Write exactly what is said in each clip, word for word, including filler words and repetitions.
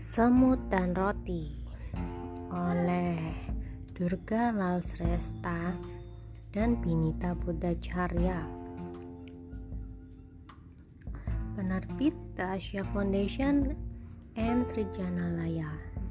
Semut dan Roti oleh Durga Lalsrestha dan Binita Buddhacharya. Penerbit The Asia Foundation and Srijanalaya.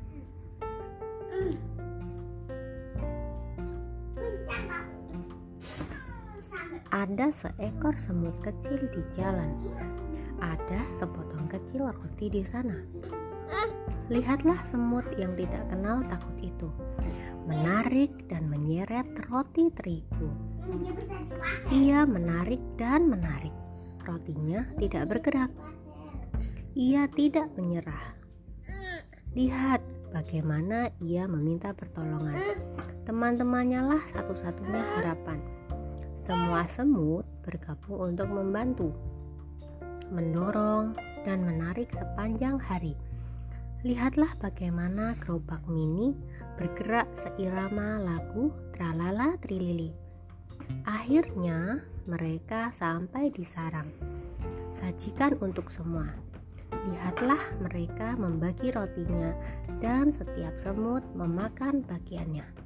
Ada seekor semut kecil di jalan. Ada sepotong kecil roti di sana. Lihatlah semut yang tidak kenal takut itu, menarik dan menyeret roti terigu. Ia menarik dan menarik, rotinya tidak bergerak. Ia tidak menyerah. Lihat bagaimana ia meminta pertolongan. Teman-temannya lah satu-satunya harapan. Semua semut bergabung untuk membantu, mendorong dan menarik sepanjang hari. Lihatlah bagaimana gerobak mini bergerak seirama lagu tralala trilili. Akhirnya mereka sampai di sarang. Sajikan untuk semua. Lihatlah mereka membagi rotinya dan setiap semut memakan bagiannya.